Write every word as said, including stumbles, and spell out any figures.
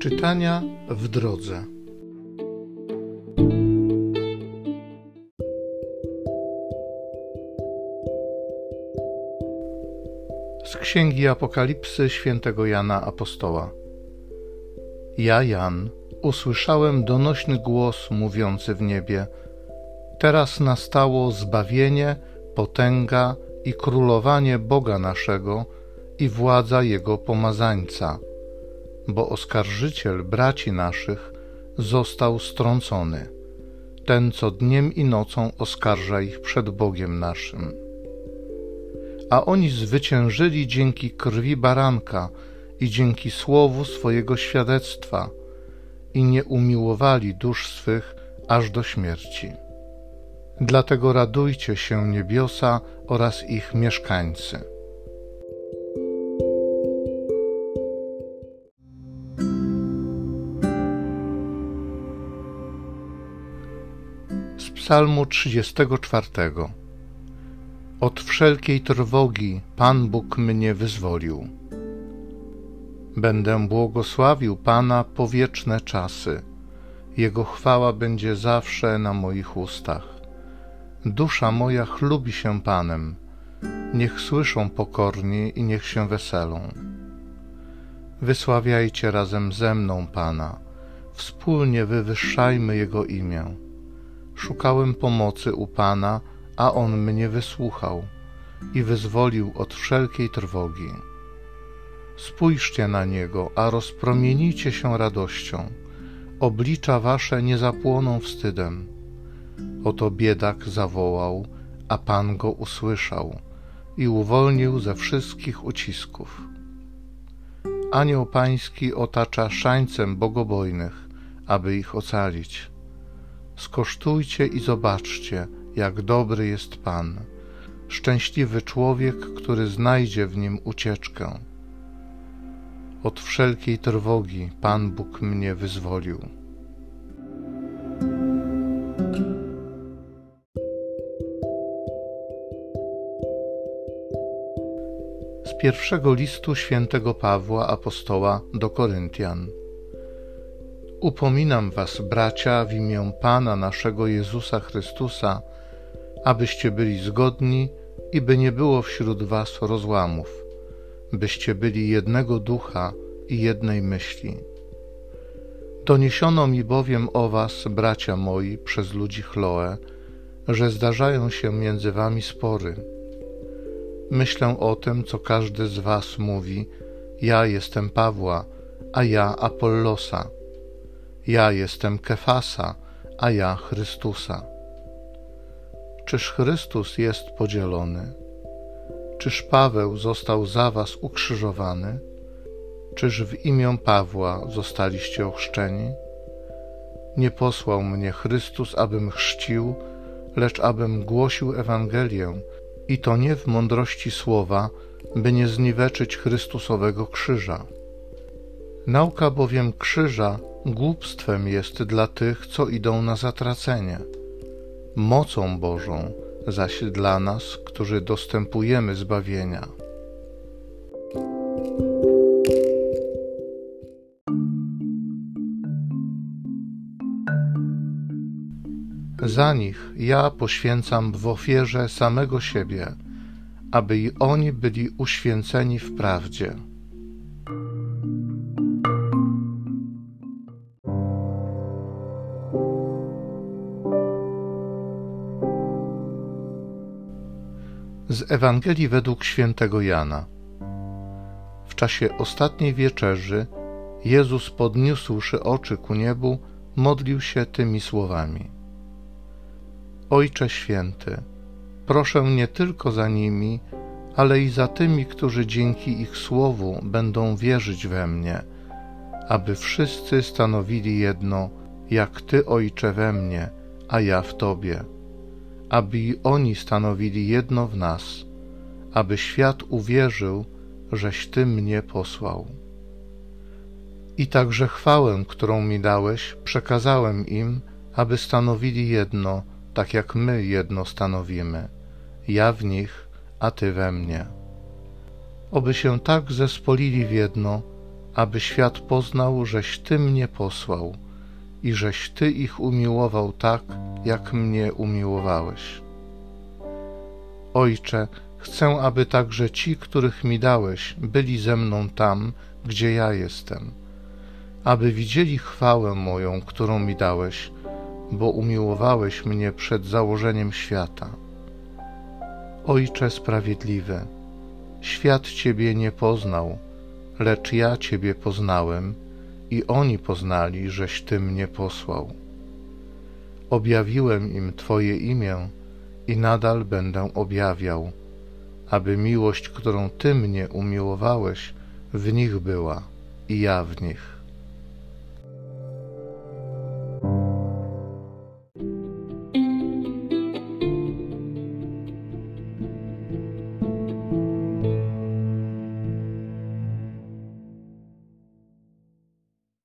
Czytania w drodze. Z Księgi Apokalipsy świętego Jana Apostoła. Ja, Jan, usłyszałem donośny głos mówiący w niebie: teraz nastało zbawienie, potęga i królowanie Boga naszego i władza Jego pomazańca, bo oskarżyciel braci naszych został strącony, ten, co dniem i nocą oskarża ich przed Bogiem naszym. A oni zwyciężyli dzięki krwi baranka i dzięki słowu swojego świadectwa i nie umiłowali dusz swych aż do śmierci. Dlatego radujcie się niebiosa oraz ich mieszkańcy. Z Psalmu trzydziestego czwartego. Od wszelkiej trwogi Pan Bóg mnie wyzwolił. Będę błogosławił Pana po wieczne czasy. Jego chwała będzie zawsze na moich ustach. Dusza moja chlubi się Panem. Niech słyszą pokorni i niech się weselą. Wysławiajcie razem ze mną Pana. Wspólnie wywyższajmy Jego imię. Szukałem pomocy u Pana, a On mnie wysłuchał i wyzwolił od wszelkiej trwogi. Spójrzcie na Niego, a rozpromienicie się radością. Oblicza wasze nie zapłoną wstydem. Oto biedak zawołał, a Pan go usłyszał i uwolnił ze wszystkich ucisków. Anioł Pański otacza szańcem bogobojnych, aby ich ocalić. Skosztujcie i zobaczcie, jak dobry jest Pan, szczęśliwy człowiek, który znajdzie w Nim ucieczkę. Od wszelkiej trwogi Pan Bóg mnie wyzwolił. Z pierwszego listu świętego Pawła Apostoła do Koryntian. Upominam was, bracia, w imię Pana naszego Jezusa Chrystusa, abyście byli zgodni i by nie było wśród was rozłamów, byście byli jednego ducha i jednej myśli. Doniesiono mi bowiem o was, bracia moi, przez ludzi Chloe, że zdarzają się między wami spory. Myślę o tym, co każdy z was mówi: ja jestem Pawła, a ja Apollosa. Ja jestem Kefasa, a ja Chrystusa. Czyż Chrystus jest podzielony? Czyż Paweł został za was ukrzyżowany? Czyż w imię Pawła zostaliście ochrzczeni? Nie posłał mnie Chrystus, abym chrzcił, lecz abym głosił Ewangelię, i to nie w mądrości słowa, by nie zniweczyć Chrystusowego krzyża. Nauka bowiem krzyża głupstwem jest dla tych, co idą na zatracenie. Mocą Bożą zaś dla nas, którzy dostępujemy zbawienia. Za nich ja poświęcam w ofierze samego siebie, aby i oni byli uświęceni w prawdzie. Z Ewangelii według świętego Jana. W czasie ostatniej wieczerzy Jezus, podniósłszy oczy ku niebu, modlił się tymi słowami: Ojcze Święty, proszę nie tylko za nimi, ale i za tymi, którzy dzięki ich słowu będą wierzyć we mnie, aby wszyscy stanowili jedno, jak Ty, Ojcze, we mnie, a ja w Tobie, aby i oni stanowili jedno w nas, aby świat uwierzył, żeś Ty mnie posłał. I także chwałę, którą mi dałeś, przekazałem im, aby stanowili jedno, tak jak my jedno stanowimy, ja w nich, a Ty we mnie. Oby się tak zespolili w jedno, aby świat poznał, żeś Ty mnie posłał i żeś Ty ich umiłował tak, jak mnie umiłowałeś. Ojcze, chcę, aby także ci, których mi dałeś, byli ze mną tam, gdzie ja jestem, aby widzieli chwałę moją, którą mi dałeś, bo umiłowałeś mnie przed założeniem świata. Ojcze sprawiedliwy, świat Ciebie nie poznał, lecz ja Ciebie poznałem i oni poznali, żeś Ty mnie posłał. Objawiłem im Twoje imię i nadal będę objawiał, aby miłość, którą Ty mnie umiłowałeś, w nich była i ja w nich.